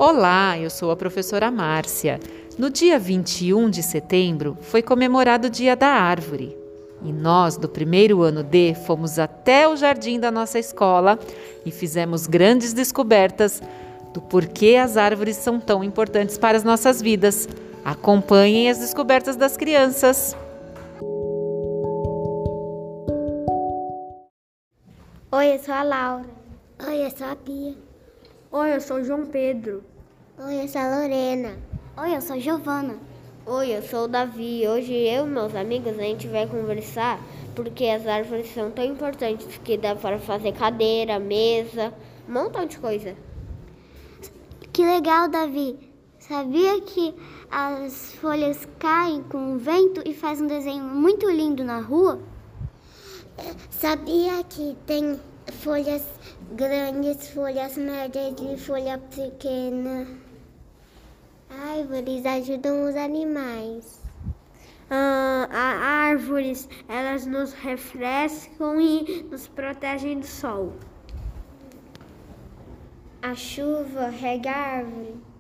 Olá, eu sou a professora Márcia. No dia 21 de setembro foi comemorado o Dia da Árvore. E nós, do primeiro ano D, fomos até o jardim da nossa escola e fizemos grandes descobertas do porquê as árvores são tão importantes para as nossas vidas. Acompanhem as descobertas das crianças. Oi, eu sou a Laura. Oi, eu sou a Pia. Oi, eu sou o João Pedro. Oi, eu sou a Lorena. Oi, eu sou a Giovana. Oi, eu sou o Davi. Hoje eu e meus amigos a gente vai conversar porque as árvores são tão importantes que dá para fazer cadeira, mesa, um montão de coisa. Que legal, Davi. Sabia que as folhas caem com o vento e faz um desenho muito lindo na rua? Sabia que tem folhas grandes, folhas médias e folha pequena. Árvores ajudam os animais. As árvores, elas nos refrescam e nos protegem do sol. A chuva rega a árvore.